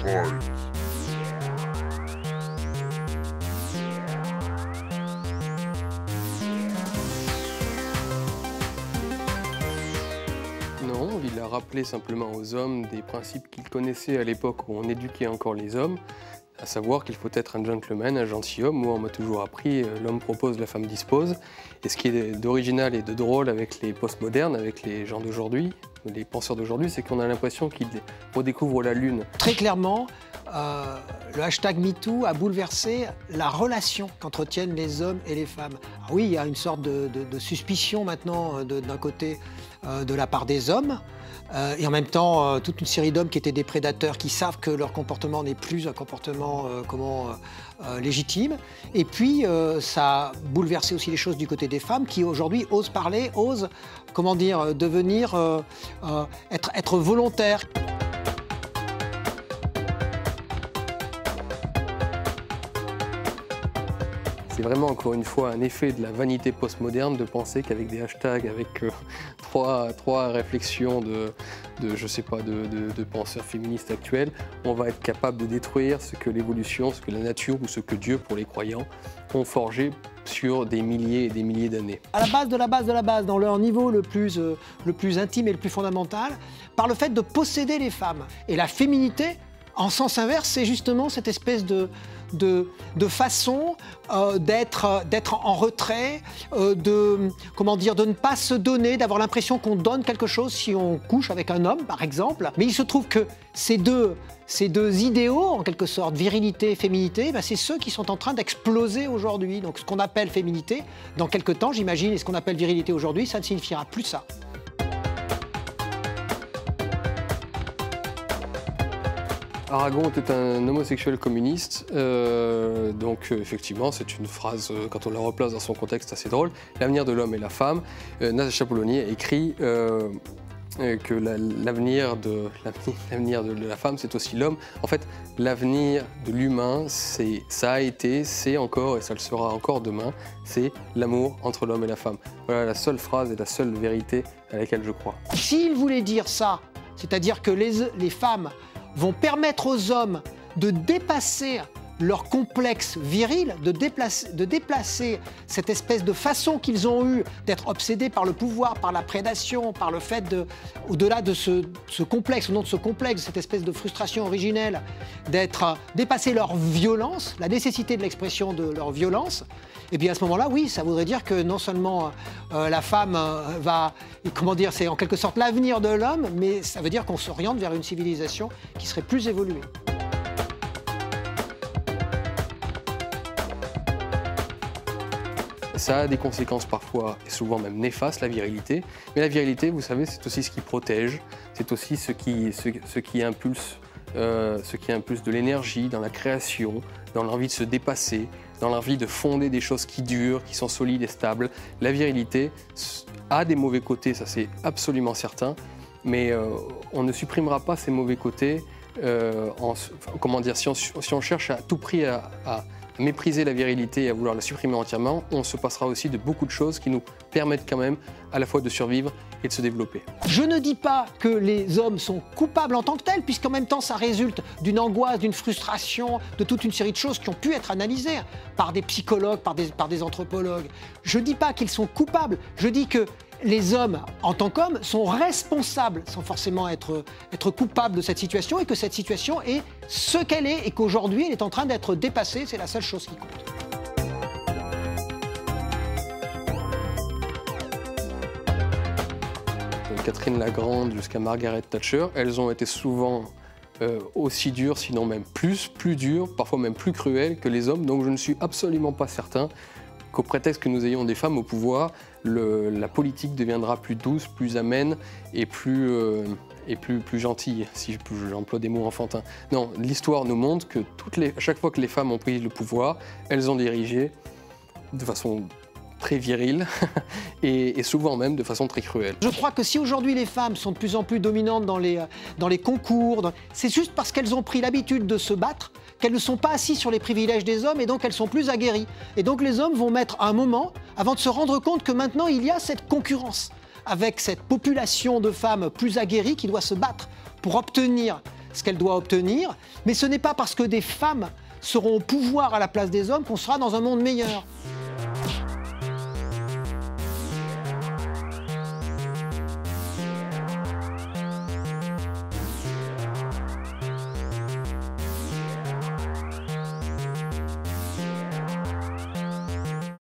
Fight. Non, il a rappelé simplement aux hommes des principes qu'il connaissait à l'époque où on éduquait encore les hommes, à savoir qu'il faut être un gentleman, un gentilhomme. Moi, on m'a toujours appris, l'homme propose, la femme dispose. Et ce qui est d'original et de drôle avec les postmodernes, avec les gens d'aujourd'hui, les penseurs d'aujourd'hui, c'est qu'on a l'impression qu'ils redécouvrent la Lune. Très clairement, le hashtag MeToo a bouleversé la relation qu'entretiennent les hommes et les femmes. Alors oui, il y a une sorte de suspicion maintenant d'un côté de la part des hommes, et en même temps toute une série d'hommes qui étaient des prédateurs, qui savent que leur comportement n'est plus un comportement légitime. Et puis ça a bouleversé aussi les choses du côté des femmes qui aujourd'hui osent parler, osent, comment dire, devenir, être volontaires. C'est vraiment, encore une fois, un effet de la vanité postmoderne de penser qu'avec des hashtags, avec trois réflexions je sais pas, de penseurs féministes actuels, on va être capable de détruire ce que l'évolution, ce que la nature ou ce que Dieu, pour les croyants, ont forgé sur des milliers et des milliers d'années. À la base de la base de la base, dans leur niveau le plus intime et le plus fondamental, par le fait de posséder les femmes. Et la féminité, en sens inverse, c'est justement cette espèce de façon d'être en retrait, de ne pas se donner, d'avoir l'impression qu'on donne quelque chose si on couche avec un homme, par exemple. Mais il se trouve que ces deux idéaux, en quelque sorte, virilité et féminité, c'est ceux qui sont en train d'exploser aujourd'hui. Donc ce qu'on appelle féminité, dans quelques temps, j'imagine, et ce qu'on appelle virilité aujourd'hui, ça ne signifiera plus ça. Aragon était un homosexuel communiste, donc effectivement c'est une phrase, quand on la replace dans son contexte, assez drôle. L'avenir de l'homme et la femme. Natacha Polony a écrit que l'avenir de la femme, c'est aussi l'homme. En fait, l'avenir de l'humain, ça a été, c'est encore, et ça le sera encore demain, c'est l'amour entre l'homme et la femme. Voilà la seule phrase et la seule vérité à laquelle je crois. S'il voulait dire ça, c'est-à-dire que les femmes vont permettre aux hommes de dépasser leur complexe viril, de déplacer cette espèce de façon qu'ils ont eue d'être obsédés par le pouvoir, par la prédation, par le fait au-delà de ce complexe, au nom de ce complexe, cette espèce de frustration originelle, dépasser leur violence, la nécessité de l'expression de leur violence, et bien à ce moment-là, oui, ça voudrait dire que non seulement la femme c'est en quelque sorte l'avenir de l'homme, mais ça veut dire qu'on s'oriente vers une civilisation qui serait plus évoluée. Ça a des conséquences parfois, et souvent même néfastes, la virilité. Mais la virilité, vous savez, c'est aussi ce qui protège, c'est aussi ce qui impulse de l'énergie dans la création, dans l'envie de se dépasser, dans l'envie de fonder des choses qui durent, qui sont solides et stables. La virilité a des mauvais côtés, ça c'est absolument certain, mais on ne supprimera pas ces mauvais côtés si on cherche à tout prix à mépriser la virilité et à vouloir la supprimer entièrement, on se passera aussi de beaucoup de choses qui nous permettent quand même à la fois de survivre et de se développer. Je ne dis pas que les hommes sont coupables en tant que tels, puisqu'en même temps ça résulte d'une angoisse, d'une frustration, de toute une série de choses qui ont pu être analysées par des psychologues, par des anthropologues. Je ne dis pas qu'ils sont coupables, je dis que les hommes, en tant qu'hommes, sont responsables, sans forcément être coupables de cette situation, et que cette situation est ce qu'elle est, et qu'aujourd'hui elle est en train d'être dépassée, c'est la seule chose qui compte. Catherine la Grande jusqu'à Margaret Thatcher, elles ont été souvent aussi dures, sinon même plus dures, parfois même plus cruelles que les hommes, donc je ne suis absolument pas certain qu'au prétexte que nous ayons des femmes au pouvoir, la politique deviendra plus douce, plus amène et plus gentille, si j'emploie des mots enfantins. Non, l'histoire nous montre que à chaque fois que les femmes ont pris le pouvoir, elles ont dirigé de façon très virile et souvent même de façon très cruelle. Je crois que si aujourd'hui les femmes sont de plus en plus dominantes dans les concours, c'est juste parce qu'elles ont pris l'habitude de se battre, qu'elles ne sont pas assises sur les privilèges des hommes et donc elles sont plus aguerries. Et donc les hommes vont mettre un moment avant de se rendre compte que maintenant il y a cette concurrence avec cette population de femmes plus aguerries qui doit se battre pour obtenir ce qu'elle doit obtenir, mais ce n'est pas parce que des femmes seront au pouvoir à la place des hommes qu'on sera dans un monde meilleur.